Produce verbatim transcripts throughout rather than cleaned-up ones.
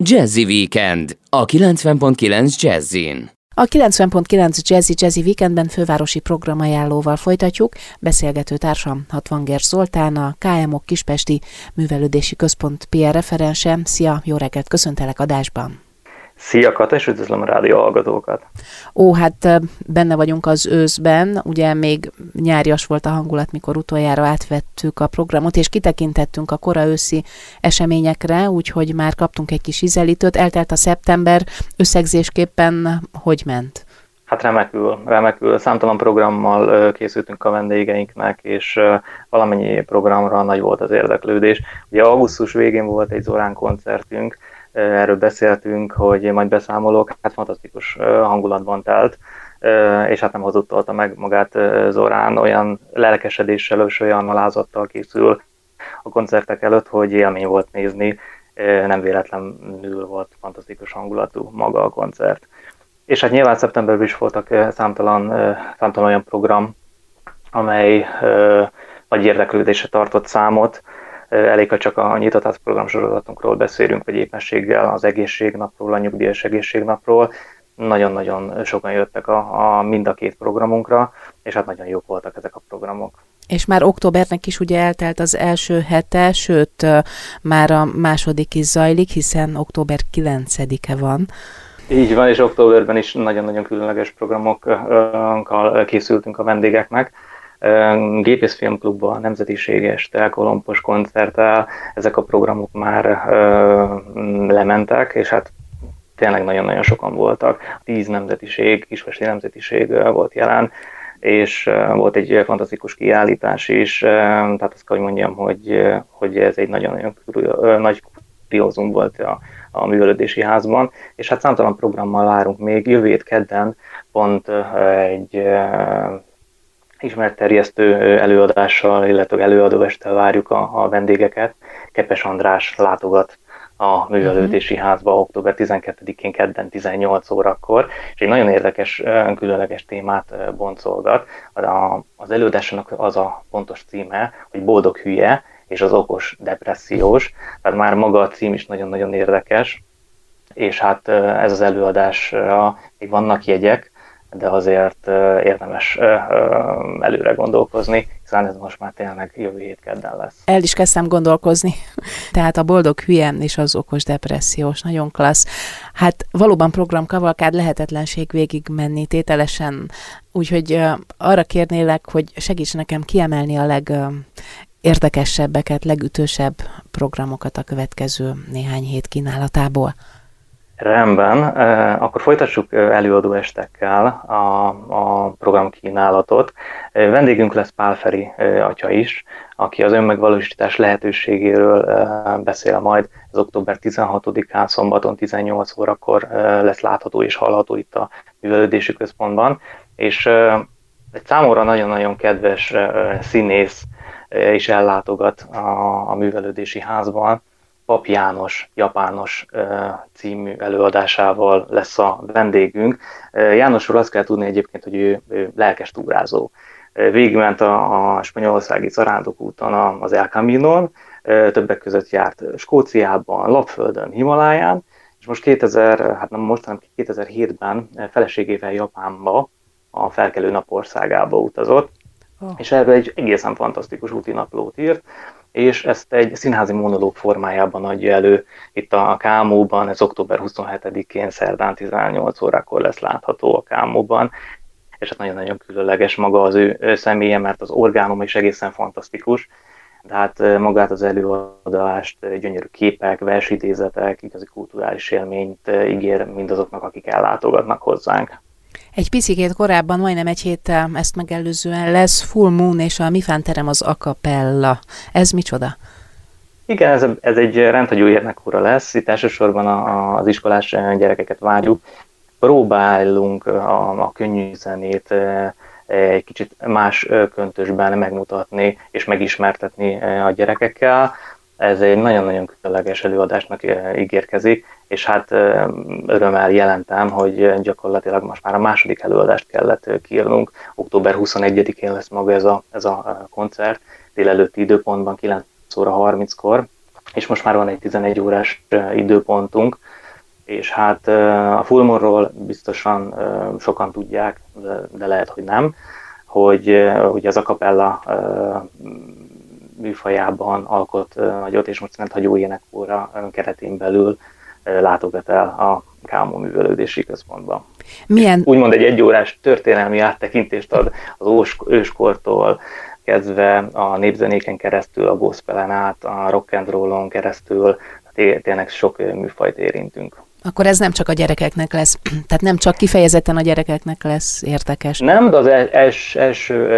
Jazzy Weekend a kilencven pont kilenc Jazzin. A kilencven pont kilenc Jazzy Jazzy Weekendben fővárosi programajánlóval folytatjuk. Beszélgető társam Hatvanger Zoltán, a ká em o Kispesti Művelődési Központ pé er referense. Szia, jó reggelt, köszöntelek adásban! Szia Kata, és üdvözlöm a rádió hallgatókat! Ó, hát benne vagyunk az őszben, ugye még nyárias volt a hangulat, mikor utoljára átvettük a programot, és kitekintettünk a kora őszi eseményekre, úgyhogy már kaptunk egy kis ízelítőt, eltelt a szeptember, összegzésképpen hogy ment? Hát remekül, remekül. Számtalan programmal készültünk a vendégeinknek, és valamennyi programra nagy volt az érdeklődés. Ugye augusztus végén volt egy Zorán koncertünk, erről beszéltünk, hogy majd beszámolok, hát fantasztikus hangulatban telt, és hát nem hazudtolta meg magát Zorán, olyan lelkesedéssel és olyan alázattal készül a koncertek előtt, hogy élmény volt nézni, nem véletlenül volt fantasztikus hangulatú maga a koncert. És hát nyilván szeptemberben is voltak számtalan, számtalan olyan program, amely nagy érdeklődésre tartott számot. Elég, ha csak a nyitott program sorozatunkról beszélünk, vagy éppenséggel az egészségnapról, a nyugdíjas egészségnapról. Nagyon-nagyon sokan jöttek a, a mind a két programunkra, és hát nagyon jók voltak ezek a programok. És már októbernek is ugye eltelt az első hete, sőt, már a második is zajlik, hiszen október kilencedike van. Így van, és októberben is nagyon-nagyon különleges programokkal készültünk a vendégeknek. Gépészfilmklubban, nemzetiséges, telkolompos koncerttel, ezek a programok már ö, lementek, és hát tényleg nagyon-nagyon sokan voltak. Tíz nemzetiség, kispesti nemzetiség volt jelen, és volt egy fantasztikus kiállítás is, tehát azt kell, hogy mondjam, hogy, hogy ez egy nagyon-nagyon nagy kuriózum volt a, a művelődési házban, és hát számtalan programmal várunk még. Jövő hét kedden pont egy ismeretterjesztő előadással, illetve előadóestel várjuk a, a vendégeket. Kepes András látogat a művelődési házba október tizenkettedikén kedden tizennyolc órakor, és egy nagyon érdekes, különleges témát boncolgat. Az előadásának az a pontos címe, hogy Boldog hülye és az okos depressziós, tehát már maga a cím is nagyon-nagyon érdekes, és hát ez az előadásra még vannak jegyek, de azért érdemes előre gondolkozni, hiszen ez most már tényleg jövő hét kedden lesz. El is kezdtem gondolkozni. Tehát a boldog hülye és az okos depressziós, nagyon klassz. Hát valóban programkavalkád, lehetetlenség végig menni tételesen, úgyhogy arra kérnélek, hogy segíts nekem kiemelni a legérdekesebbeket, legütősebb programokat a következő néhány hét kínálatából. Rendben, akkor folytassuk előadóestekkel a, a programkínálatot. Vendégünk lesz Pál Feri atya is, aki az önmegvalósítás lehetőségéről beszél majd. Ez október tizenhatodikán szombaton tizennyolc órakor lesz látható és hallható itt a Művelődési Központban. És egy számomra nagyon-nagyon kedves színész is ellátogat a, a Művelődési Házban. Pap János, Japános című előadásával lesz a vendégünk. Jánosról azt kell tudni egyébként, hogy ő, ő lelkes túrázó. Végigment a, a spanyolországi zarándokúton, az El Caminon, többek között járt Skóciában, Lapföldön, Himaláján, és most kétezer, hát nem most, hanem kétezer-hétben feleségével Japánba, a felkelő napországába utazott, oh. és erről egy egészen fantasztikus útinaplót írt, és ezt egy színházi monológ formájában adja elő itt a ká em o-ban, ez október huszonhetedikén szerdán tizennyolc órakor lesz látható a ká em o-ban, és hát nagyon-nagyon különleges maga az ő, ő személye, mert az orgánum is egészen fantasztikus, de hát magát az előadást gyönyörű képek, versidézetek, igazi kulturális élményt ígér mindazoknak, akik ellátogatnak hozzánk. Egy picikét korábban, majdnem egy héttel ezt megelőzően lesz Full Moon és a Mifánterem az a cappella. Ez micsoda? Igen, ez, ez egy rendhagyó érdekóra lesz. Itt elsősorban a, az iskolás gyerekeket várjuk. Próbálunk a, a könnyű zenét egy kicsit más köntösben megmutatni és megismertetni a gyerekekkel. Ez egy nagyon-nagyon különleges előadásnak ígérkezik, és hát örömmel jelentem, hogy gyakorlatilag most már a második előadást kellett kiírnunk. október huszonegyedikén lesz maga ez a, ez a koncert, délelőtti időpontban kilenc óra harminckor, és most már van egy tizenegy órás időpontunk, és hát a Fulmorról biztosan sokan tudják, de lehet, hogy nem, hogy ugye az a capella műfajában alkot nagyot, és most Szenthagyó énekkóra keretén belül látogat el a Kámó Művelődési Központba. Milyen? Úgymond egy egyórás történelmi áttekintést ad az őskortól kezdve a népzenéken keresztül, a gospelen át, a rock and rollon keresztül, tényleg sok műfajt érintünk. Akkor ez nem csak a gyerekeknek lesz, tehát nem csak kifejezetten a gyerekeknek lesz érdekes. Nem, de az els, első,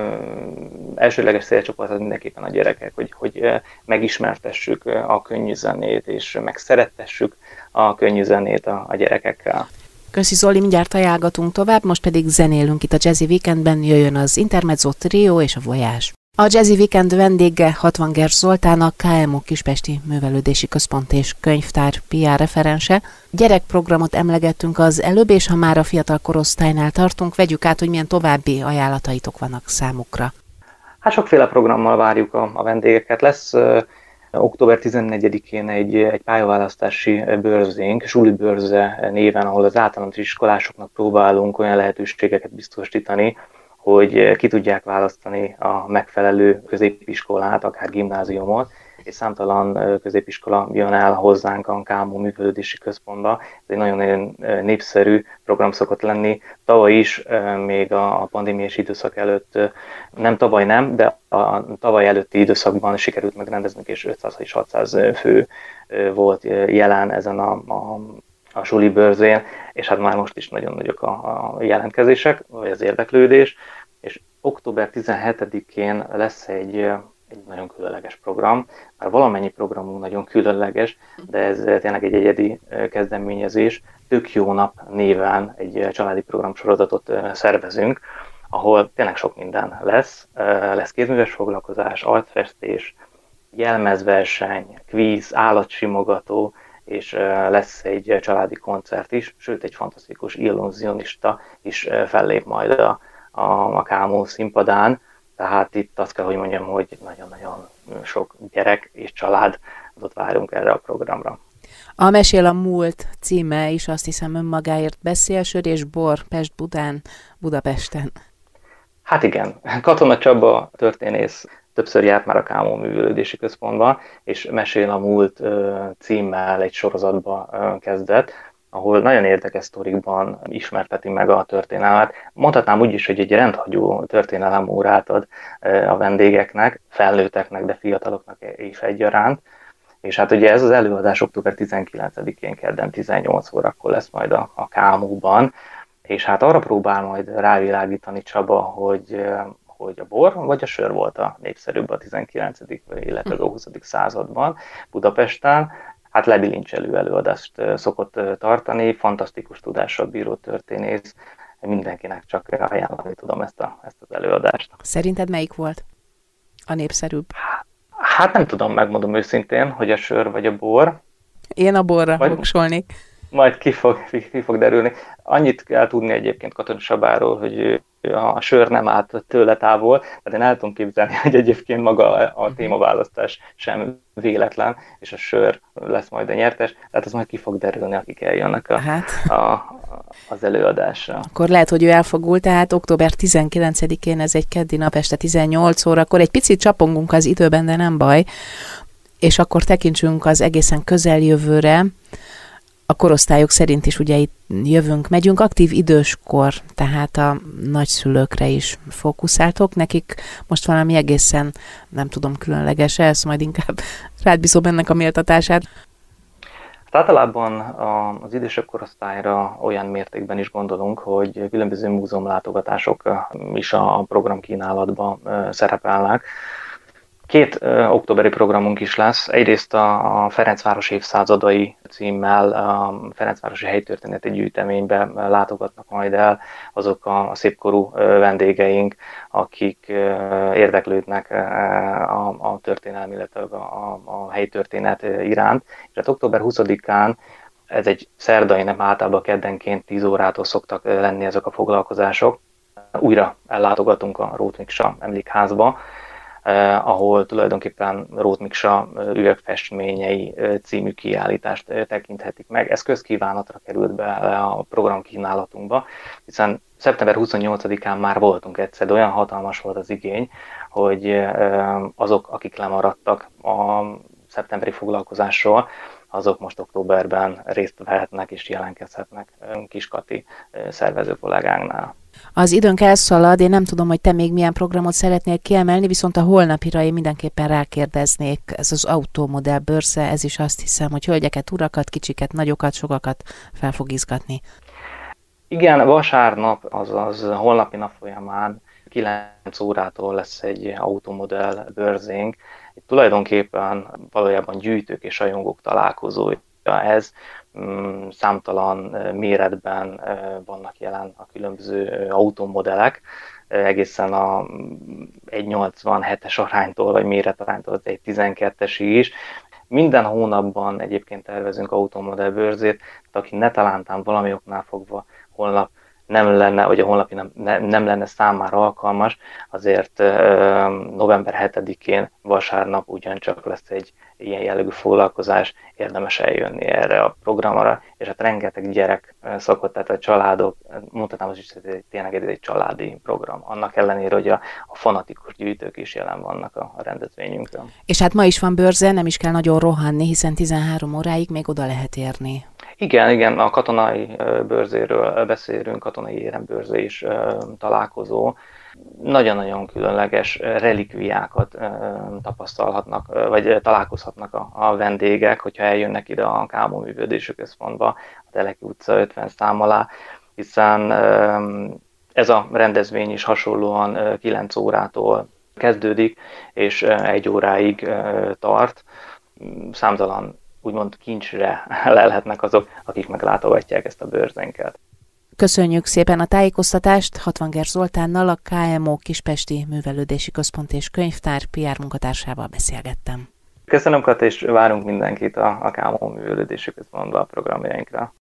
elsőleges célcsoport az mindenképpen a gyerekek, hogy, hogy megismertessük a könnyű zenét, és megszerettessük a könnyű zenét a, a gyerekekkel. Köszi Zoli, mindjárt ajánlgatunk tovább, most pedig zenélünk itt a Jazzy Weekendben, jöjjön az Intermezzo Trio és a Voyage. A Jazzy Weekend vendége Hatvanger Zoltán, a ká em o Kispesti Művelődési Központ és Könyvtár pé er referense. Gyerekprogramot emlegettünk az előbb, és ha már a fiatal korosztálynál tartunk, vegyük át, hogy milyen további ajánlataitok vannak számukra. Hát sokféle programmal várjuk a, a vendégeket. Lesz uh, október tizennegyedikén egy, egy pályaválasztási bőrzénk, Zsuli bőrze néven, ahol az általános iskolásoknak próbálunk olyan lehetőségeket biztosítani, hogy ki tudják választani a megfelelő középiskolát, akár gimnáziumot, és számtalan középiskola jön el hozzánk a Kámó Művelődési Központba. Ez egy nagyon-nagyon népszerű program szokott lenni. Tavaly is, még a pandémiás időszak előtt, nem tavaly nem, de a tavaly előtti időszakban sikerült megrendezni, és ötszáz és hatszáz fő volt jelen ezen a, a a suli bőrzén, és hát már most is nagyon nagyok a, a jelentkezések, vagy az érdeklődés, és október tizenhetedikén lesz egy, egy nagyon különleges program, már valamennyi programunk nagyon különleges, de ez tényleg egy egyedi kezdeményezés. Tök jó nap néven egy családi programsorozatot szervezünk, ahol tényleg sok minden lesz. Lesz kézműves foglalkozás, arcfestés, jelmezverseny, kvíz, állatsimogató, és lesz egy családi koncert is, sőt egy fantasztikus illúzionista is fellép majd a, a, a Kámó színpadán, tehát itt azt kell, hogy mondjam, hogy nagyon-nagyon sok gyerek és családot várunk erre a programra. A Mesél a múlt címe is azt hiszem önmagáért beszél, Sör és bor Pest-Budán, Budapesten. Hát igen, Katona Csaba történész többször járt már a Kámó Művelődési Központba, és Mesél a múlt címmel egy sorozatba kezdett, ahol nagyon érdekes sztorikban ismerteti meg a történelmet. Mondhatnám úgy is, hogy egy rendhagyó történelemórát ad a vendégeknek, felnőtteknek, de fiataloknak is egyaránt. És hát ugye ez az előadás október tizenkilencedikén kedden tizennyolc órakor lesz majd a, a Kámóban, és hát arra próbál majd rávilágítani Csaba, hogy hogy a bor vagy a sör volt a népszerűbb a tizenkilencedik illetve a huszadik században Budapesten. Hát lebilincselő előadást szokott tartani, fantasztikus tudással bíró történész, mindenkinek csak ajánlani tudom ezt, a, ezt az előadást. Szerinted melyik volt a népszerűbb? Hát nem tudom, megmondom őszintén, hogy a sör vagy a bor. Én a borra voksolnék. Majd ki fog, ki fog derülni. Annyit kell tudni egyébként Katona Csabáról, hogy a sör nem állt tőle távol, tehát én el tudom képzelni, hogy egyébként maga a témaválasztás sem véletlen, és a sör lesz majd a nyertes, tehát az majd ki fog derülni, akik eljönnek a, hát. a, az előadásra. Akkor lehet, hogy ő elfogul, tehát október tizenkilencedikén, ez egy keddi nap este tizennyolc órakor, egy picit csapongunk az időben, de nem baj, és akkor tekintsünk az egészen közeljövőre. A korosztályok szerint is ugye itt jövünk, megyünk, aktív időskor, tehát a nagyszülőkre is fókuszáltok, nekik most valami egészen, nem tudom, különleges, ezt majd inkább rád bízom ennek a méltatását. Hát általában az idősebb korosztályra olyan mértékben is gondolunk, hogy különböző múzeumlátogatások is a programkínálatban szerepelnek. Két ö, októberi programunk is lesz. Egyrészt a, a Ferencváros évszázadai címmel a Ferencvárosi helytörténeti gyűjteménybe látogatnak majd el azok a, a szépkorú ö, vendégeink, akik ö, érdeklődnek ö, a, a történelmi, illetve a, a, a helytörténet iránt. És hát október huszadikán, ez egy szerdai nap, általában keddenként tíz órától szoktak lenni ezek a foglalkozások. Újra ellátogatunk a Rót Miksa emlékházba, ahol tulajdonképpen Róth Miksa üvegfestményei című kiállítást tekinthetik meg. Ez közkívánatra került bele a programkínálatunkba, hiszen szeptember huszonnyolcadikán már voltunk egyszer, de olyan hatalmas volt az igény, hogy azok, akik lemaradtak a szeptemberi foglalkozásról, azok most októberben részt vehetnek és jelentkezhetnek Kiskati szervező kollégánknál. Az időnk elszalad, én nem tudom, hogy te még milyen programot szeretnél kiemelni, viszont a holnapira én mindenképpen rákérdeznék. Ez az automodell bőrze, ez is azt hiszem, hogy hölgyeket, urakat, kicsiket, nagyokat, sokakat fel fog izgatni. Igen, vasárnap, azaz holnapi nap folyamán kilenc órától lesz egy automodell bőrzénk. Itt tulajdonképpen valójában gyűjtők és rajongók találkozója ez. Számtalan méretben vannak jelen a különböző automodellek, egészen a egy nyolcvanhetes aránytól, vagy méretaránytól az egy tizenkettesig is. Minden hónapban egyébként tervezünk automodell bőrzét, tehát aki ne talántán valami oknál fogva holnap nem lenne, vagy a honlapi nem, nem lenne számára alkalmas, azért november hetedikén vasárnap ugyancsak lesz egy ilyen jellegű foglalkozás, érdemes eljönni erre a programra, és hát rengeteg gyerek szokott, tehát a családok, mondhatnám az is, hogy ez tényleg ez egy családi program, annak ellenére, hogy a, a fanatikus gyűjtők is jelen vannak a, a rendezvényünkön. És hát ma is van bőrze, nem is kell nagyon rohanni, hiszen tizenhárom óráig még oda lehet érni. Igen, igen, a katonai bőrzéről beszélünk, katonai érembőrzé is találkozó. Nagyon-nagyon különleges relikviákat tapasztalhatnak, vagy találkozhatnak a, a vendégek, hogyha eljönnek ide a Kálmú Művelődési Központba, a Teleki utca ötven szám alá, hiszen ez a rendezvény is hasonlóan kilenc órától kezdődik, és egy óráig tart. Számtalan úgymond kincsre lelhetnek azok, akik meglátogatják ezt a bőrzénket. Köszönjük szépen a tájékoztatást. Hatvanger Zoltánnal, a ká em o Kispesti Művelődési Központ és Könyvtár pé er munkatársával beszélgettem. Köszönöm, Kat, és várunk mindenkit a, a ká em o Művelődési Központba a programjainkra.